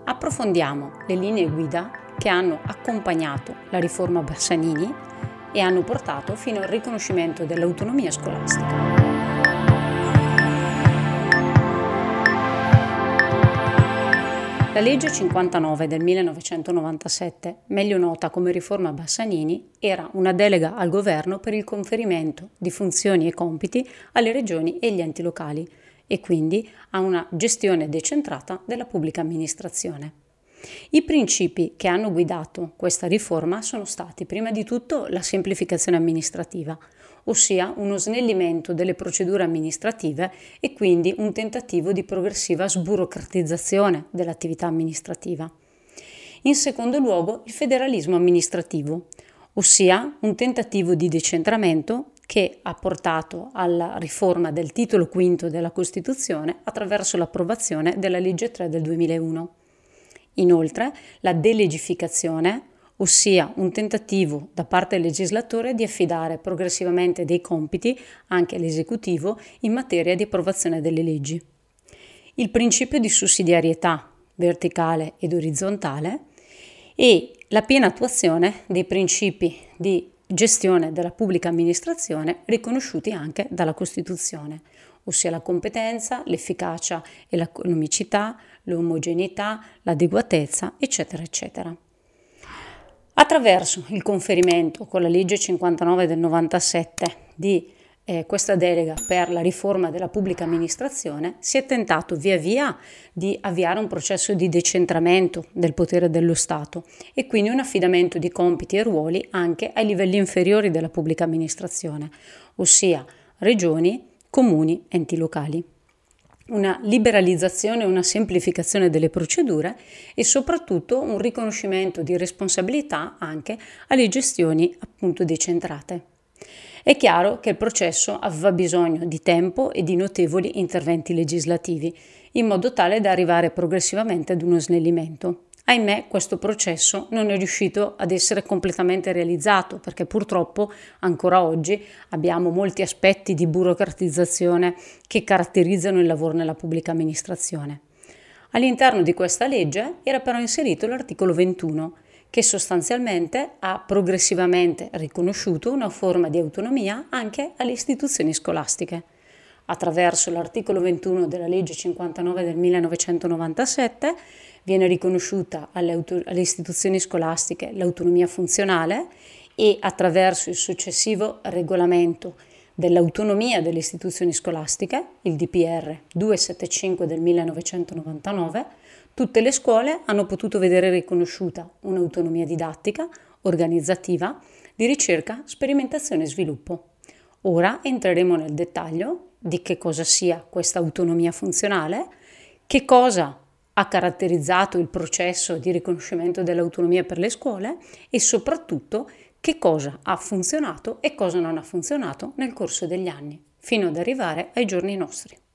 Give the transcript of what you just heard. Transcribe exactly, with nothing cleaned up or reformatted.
Approfondiamo le linee guida che hanno accompagnato la riforma Bassanini e hanno portato fino al riconoscimento dell'autonomia scolastica. La legge cinquantanove del millenovecentonovantasette, meglio nota come riforma Bassanini, era una delega al governo per il conferimento di funzioni e compiti alle regioni e agli enti locali e quindi a una gestione decentrata della pubblica amministrazione. I principi che hanno guidato questa riforma sono stati prima di tutto la semplificazione amministrativa, ossia uno snellimento delle procedure amministrative e quindi un tentativo di progressiva sburocratizzazione dell'attività amministrativa. In secondo luogo, il federalismo amministrativo, ossia un tentativo di decentramento che ha portato alla riforma del titolo quinto della Costituzione attraverso l'approvazione della legge tre del duemilauno. Inoltre, la delegificazione, ossia un tentativo da parte del legislatore di affidare progressivamente dei compiti anche all'esecutivo in materia di approvazione delle leggi. Il principio di sussidiarietà verticale ed orizzontale e la piena attuazione dei principi di gestione della pubblica amministrazione riconosciuti anche dalla Costituzione, ossia la competenza, l'efficacia e l'economicità, l'omogeneità, l'adeguatezza, eccetera, eccetera. Attraverso il conferimento con la legge cinquantanove del novantasette di eh, questa delega per la riforma della pubblica amministrazione si è tentato via via di avviare un processo di decentramento del potere dello Stato e quindi un affidamento di compiti e ruoli anche ai livelli inferiori della pubblica amministrazione, ossia regioni, comuni, enti locali. Una liberalizzazione e una semplificazione delle procedure e soprattutto un riconoscimento di responsabilità anche alle gestioni appunto decentrate. È chiaro che il processo aveva bisogno di tempo e di notevoli interventi legislativi, in modo tale da arrivare progressivamente ad uno snellimento. Ahimè, questo processo non è riuscito ad essere completamente realizzato perché purtroppo ancora oggi abbiamo molti aspetti di burocratizzazione che caratterizzano il lavoro nella pubblica amministrazione. All'interno di questa legge era però inserito l'articolo ventuno, che sostanzialmente ha progressivamente riconosciuto una forma di autonomia anche alle istituzioni scolastiche. Attraverso l'articolo ventuno della legge cinquantanove del millenovecentonovantasette viene riconosciuta alle, auto- alle istituzioni scolastiche l'autonomia funzionale e attraverso il successivo regolamento dell'autonomia delle istituzioni scolastiche, il D P R duecentosettantacinque del millenovecentonovantanove, tutte le scuole hanno potuto vedere riconosciuta un'autonomia didattica, organizzativa, di ricerca, sperimentazione e sviluppo. Ora entreremo nel dettaglio di che cosa sia questa autonomia funzionale, che cosa ha caratterizzato il processo di riconoscimento dell'autonomia per le scuole e soprattutto che cosa ha funzionato e cosa non ha funzionato nel corso degli anni, fino ad arrivare ai giorni nostri.